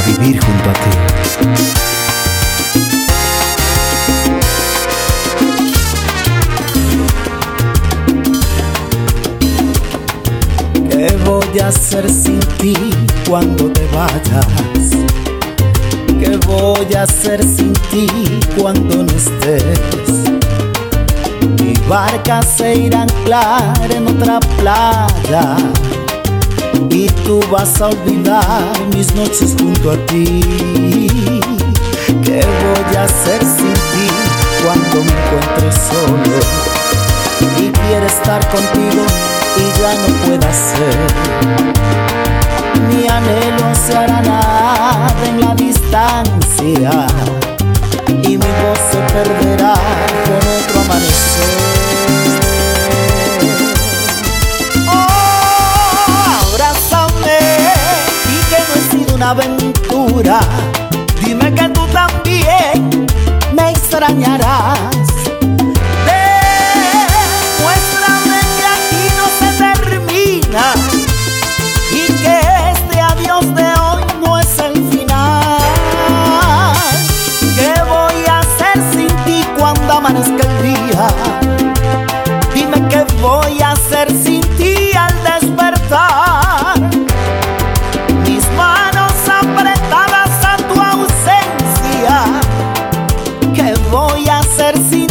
vivir junto a ti. ¿Qué voy a hacer sin ti cuando te vayas? ¿Qué voy a hacer sin ti cuando no estés? Mi barca se irá a anclar en otra playa y tú vas a olvidar mis noches junto a ti. ¿Qué voy a hacer sin ti cuando me encuentre solo y quiero estar contigo y ya no pueda ser? Mi anhelo se hará nada en la distancia y mi voz se perderá con otro amanecer. Oh, abrázame y que no he sido una aventura. Dime que tú también me extrañarás. Demuéstrame que aquí no se termina y que este adiós de hoy no es el final. ¿Qué voy a hacer sin ti cuando amanezca el día? Dime qué voy a hacer sin ti al despertar. Mis manos apretadas a tu ausencia. ¿Qué voy a hacer sin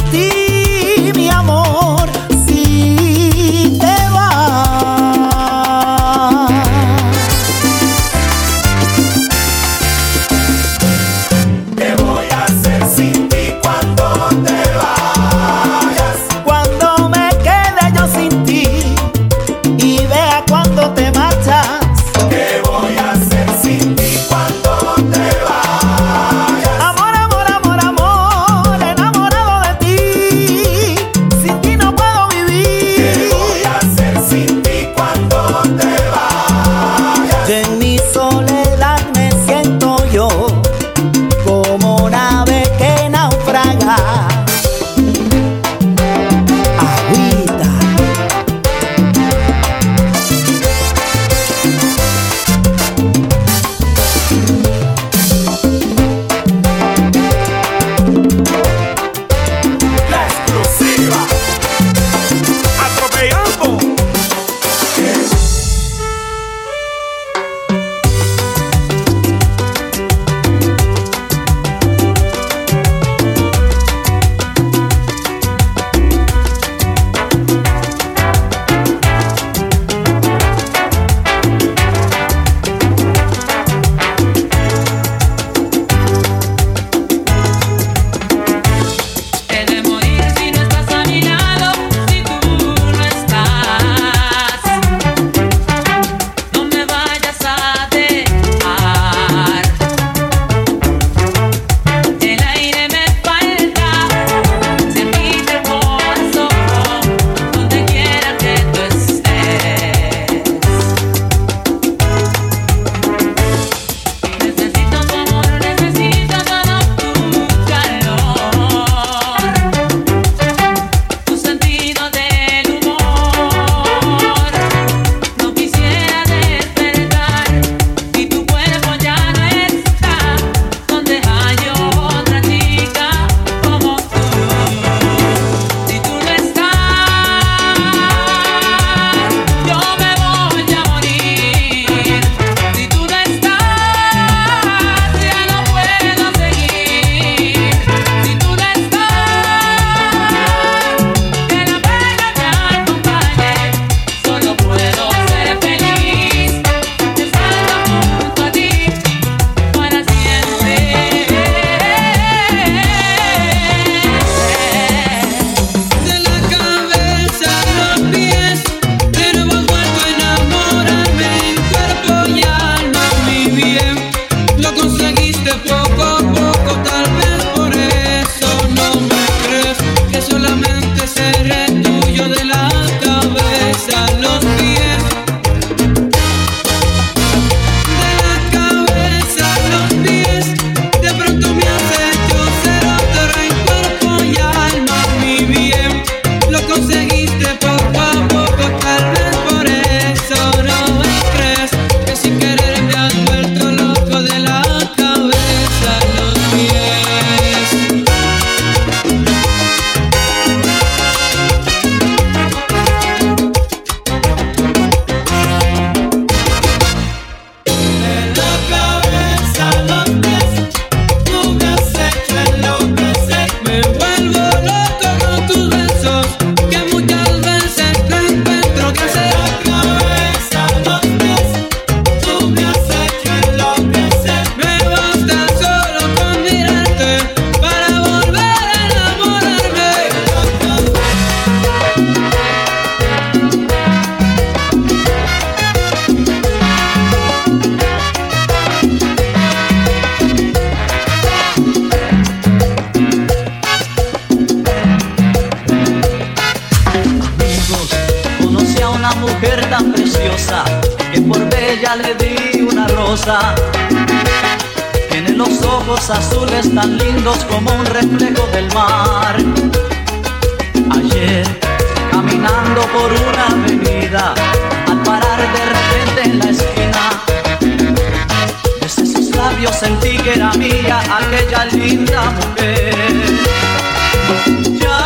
belleza, que por bella le di una rosa. Tiene los ojos azules tan lindos como un reflejo del mar. Ayer, caminando por una avenida, al parar de repente en la esquina, desde sus labios sentí que era mía aquella linda mujer. Ya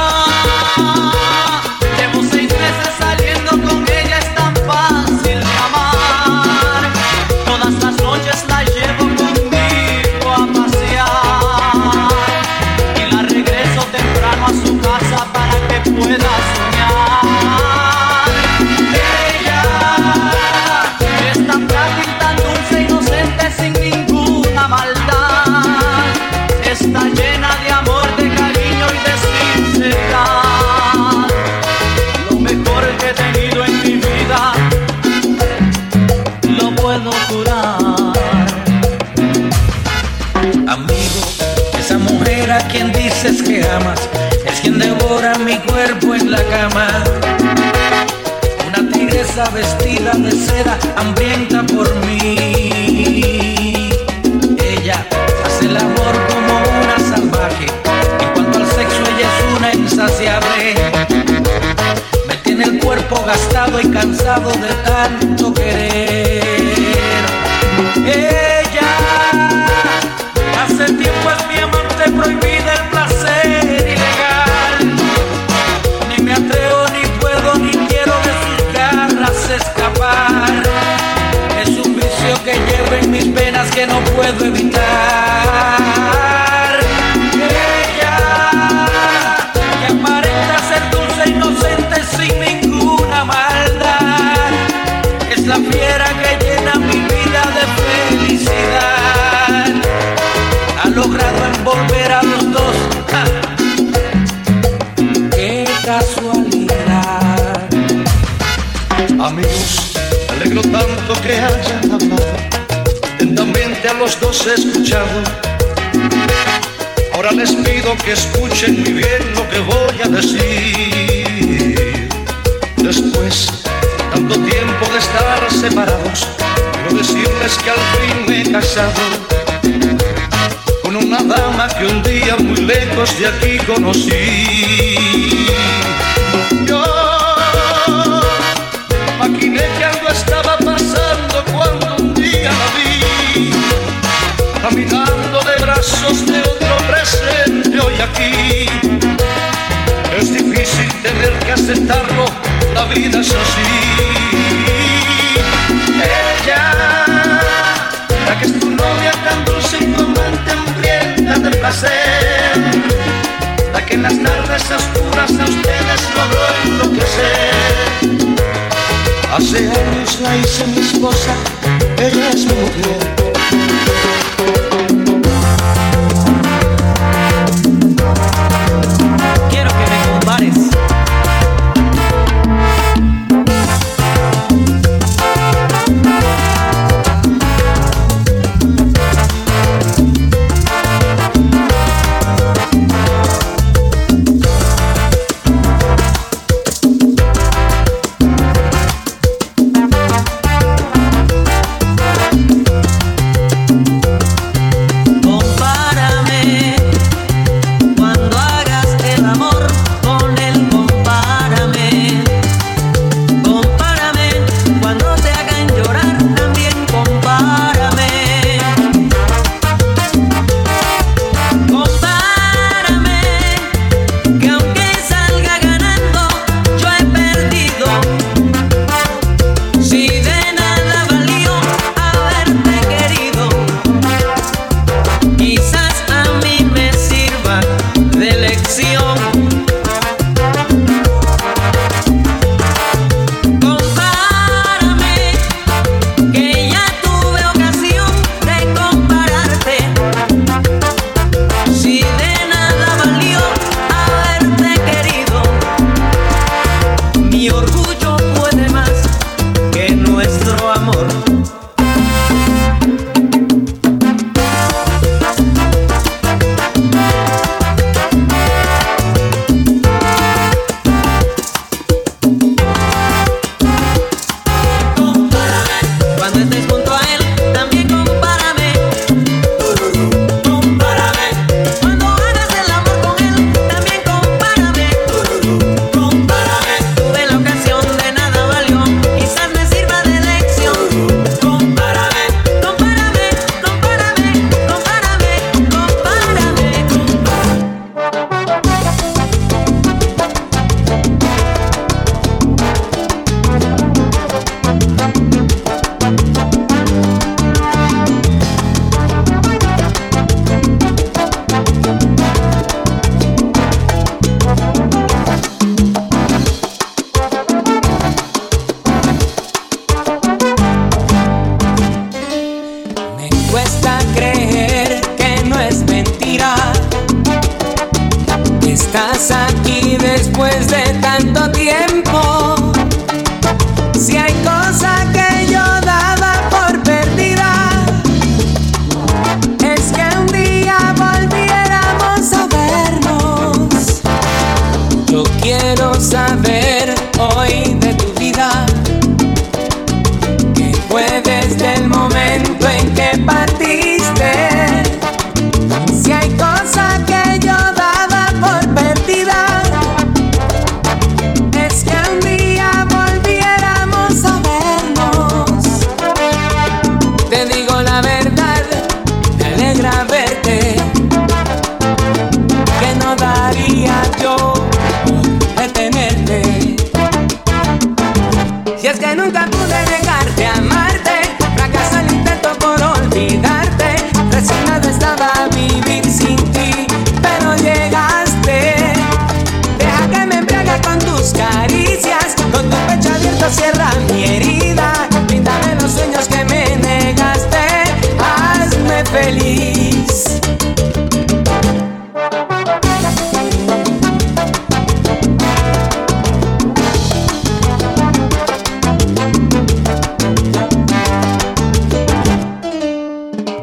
llevo 6 meses saliendo con ella, es tan fácil de amar. Todas las noches la llevo conmigo a pasear y la regreso temprano a su casa para que pueda soñar. Ella es tan frágil, tan dulce, inocente, sin ninguna maldad. Está llena de amor, de cariño y de sinceridad. Lo mejor que he tenido en mi vida, lo puedo jurar. Amigo, esa mujer a quien dices que amas es quien devora mi cuerpo en la cama. Una tigresa vestida de seda, hambrienta por mí. Ella hace el amor como una salvaje. En cuanto al sexo, ella es una insaciable. Me tiene el cuerpo gastado y cansado de tanto querer. Ella hace tiempo es mi amante prohibida, el placer ilegal. Ni me atrevo, ni puedo, ni quiero de sus garras escapar. Es un vicio que llevo en mis venas que no puedo evitar. Ella, que aparenta ser dulce, inocente, sin ninguna maldad, es la fiera que llena mi vida de felicidad. Ha logrado envolver a los dos. ¡Ja! ¡Qué casualidad! Amigos, me alegro tanto que hayan hablado, atentamente a los dos he escuchado. Ahora les pido que escuchen muy bien lo que voy a decir. Después de tanto tiempo de estar separados, quiero decirles que al fin me he casado con una dama que un día muy lejos de aquí conocí. Yo imaginé que algo estaba pasando cuando un día la vi, caminando de brazos de otro presente hoy aquí. Es difícil tener que aceptarlo, la vida es así. Ella, la que es tu novia tan dulce y tu amante hambrienta de placer, la que en las tardes oscuras a ustedes logró enloquecer. Hace años la hice mi esposa, ella es mi mujer. Quiero que me compares.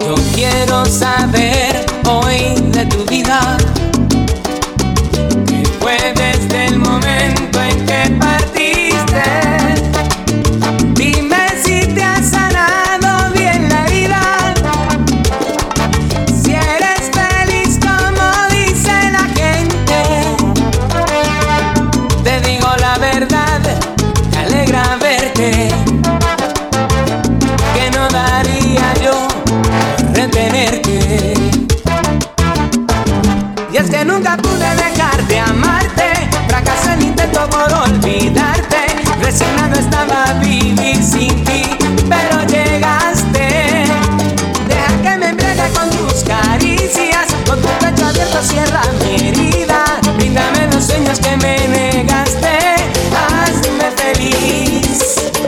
Yo quiero saber hoy de tu vida, que fue desde el momento en que partiste. Dime si te has sanado bien la herida, si eres feliz como dice la gente. Te digo la verdad, me alegra verte, que no daría yo por retenerte. Y es que nunca pude dejar de amarte, fracasé el intento por olvidarte, resignado estaba a vivir sin ti, pero llegaste. Deja que me embriague con tus caricias, con tu pecho abierto cierra mi herida, bríndame los sueños que me negaste, hazme feliz.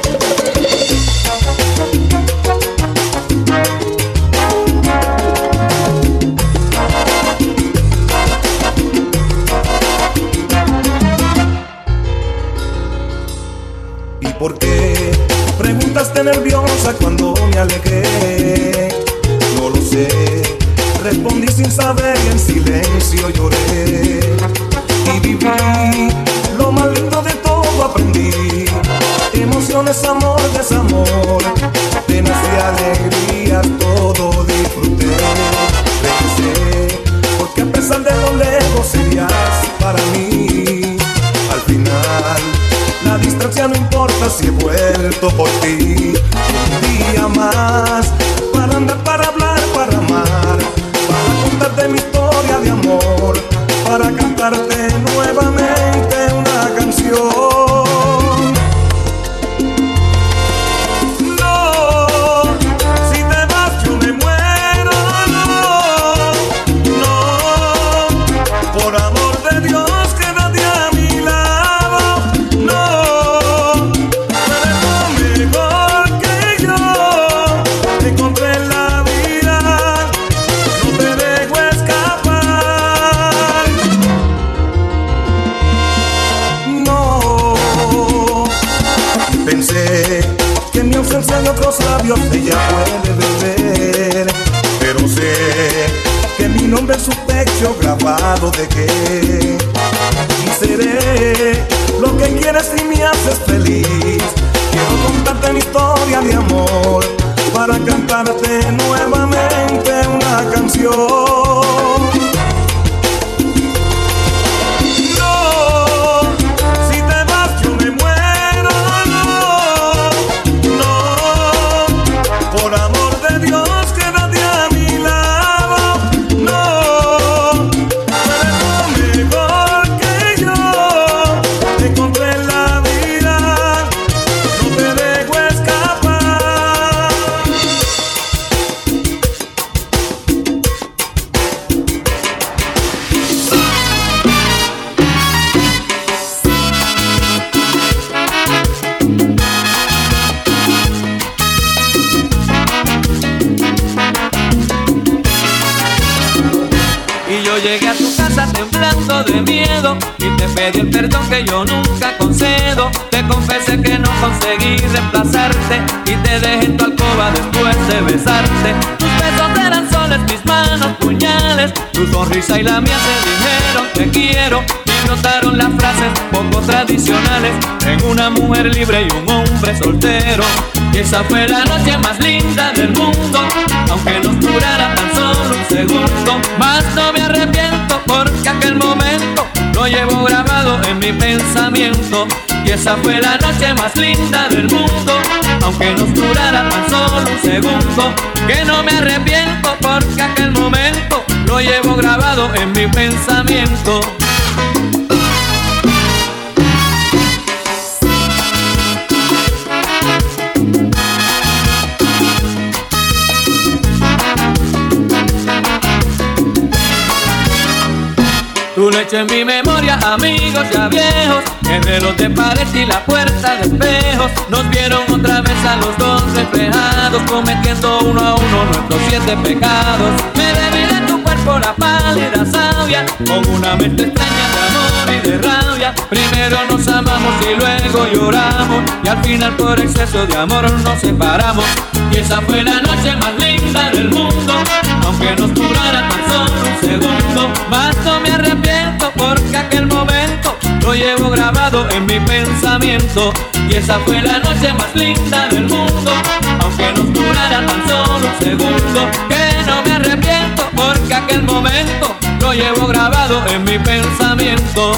¿Por qué preguntaste nerviosa cuando me alejé? No lo sé, respondí sin saber y en silencio lloré. Y viví lo más lindo de todo, aprendí emociones, amor, desamor, penas y alegrías, todo disfruté. Regresé, porque a pesar de lo lejos serías para mí. Al final la distancia no importa si he vuelto por ti. Un día más para andar, para hablar, para amar, para contarte mi historia de amor, para cantarte nuevamente una canción. No, si te vas yo me muero. No, no, por amor de Dios quédate a mi lado. No, eres lo mejor que yo encontré en la vida, no te dejo escapar. No, pensé que en mi ausencia de otros labios ella puede beber, pero sé que mi nombre en su pecho grabado dejé. Y seré lo que quieres y me haces feliz. Quiero contarte mi historia de amor, para cantarte nuevamente una canción. No, si te vas yo me muero. No, no, por amor de Dios quédate a mi lado. No, eres lo mejor que yo encontré en la vida, no te dejo escapar. Y yo llegué a tu casa temblando de miedo y te pedí el perdón que yo nunca concedo. Te confesé que no conseguí reemplazarte y te dejé en tu alcoba después de besarte. Tus besos eran soles, mis manos puñales, tu sonrisa y la mía se dijeron te quiero. Y notaron las frases poco tradicionales en una mujer libre y un hombre soltero. Y esa fue la noche más linda del mundo, aunque nos durara tan solo un segundo. Mas no me arrepiento porque aquel momento lo llevo grabado en mi pensamiento. Y esa fue la noche más linda del mundo, aunque nos durara tan solo un segundo. Que no me arrepiento porque aquel momento lo llevo grabado en mi pensamiento. Tu noche en mi memoria, amigos ya viejos, el reloj de pared y la puerta de espejos nos vieron otra vez a los dos reflejados, cometiendo uno a uno nuestros 7 pecados. Me debí de tu cuerpo por la pálida savia, con una mente extraña de amor y de rabia. Primero nos amamos y luego lloramos, y al final por exceso de amor nos separamos. Y esa fue la noche más linda del mundo, aunque nos durara tan solo un segundo. Mas no me arrepiento porque aquel momento lo llevo grabado en mi pensamiento. Y esa fue la noche más linda del mundo, aunque nos durara tan solo un segundo. Que no me arrepiento porque aquel momento lo llevo grabado en mi pensamiento.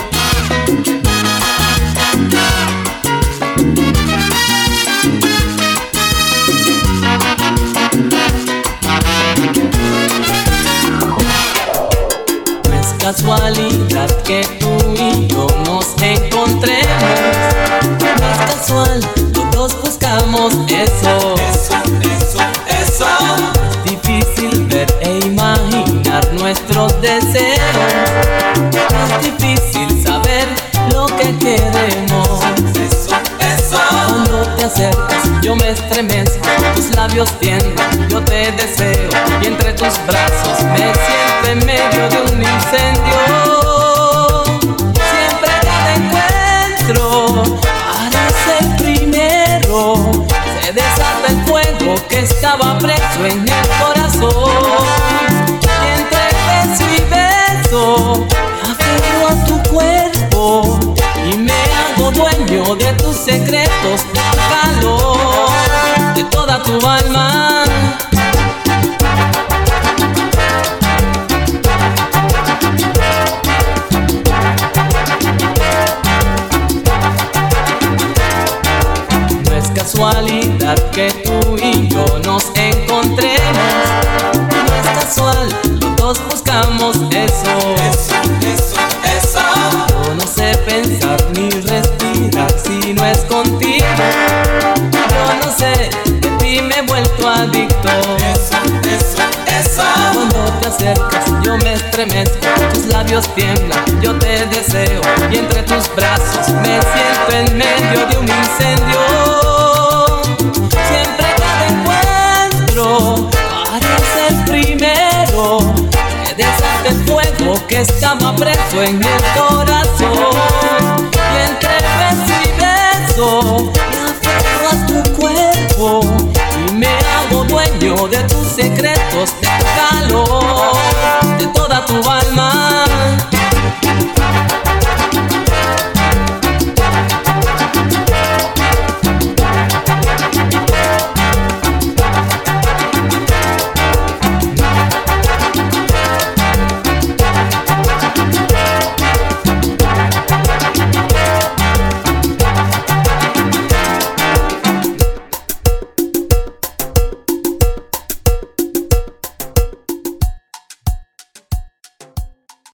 No es casualidad que tú y yo nos encontremos. No es casual, los dos buscamos eso. Es difícil ver e imaginar nuestros deseos. Es difícil saber lo que queremos. Cuando te acercas yo me estremezco, tus labios tiemblan, yo te deseo, y entre tus brazos me siento en medio de un incendio. Siempre que te encuentro parece el primero, se desata el fuego que estaba preso en el corazón. Y entre beso y beso me aferro a tu cuerpo y me hago dueño de tus secretos, del calor de toda tu alma. No es casualidad que tú y yo nos encontremos. No es casual, los dos buscamos eso. Yo no sé pensar ni respirar si no es contigo. Yo no sé, de ti me he vuelto adicto. Cuando te acercas yo me estremezco, tus labios tiemblan, yo te deseo, y entre tus brazos me siento en medio de un incendio. Siempre que te encuentro parece el primero, que desata el fuego que estaba preso en el corazón. Y entre beso y beso me aferro a tu cuerpo y me hago dueño de tus secretos, del calor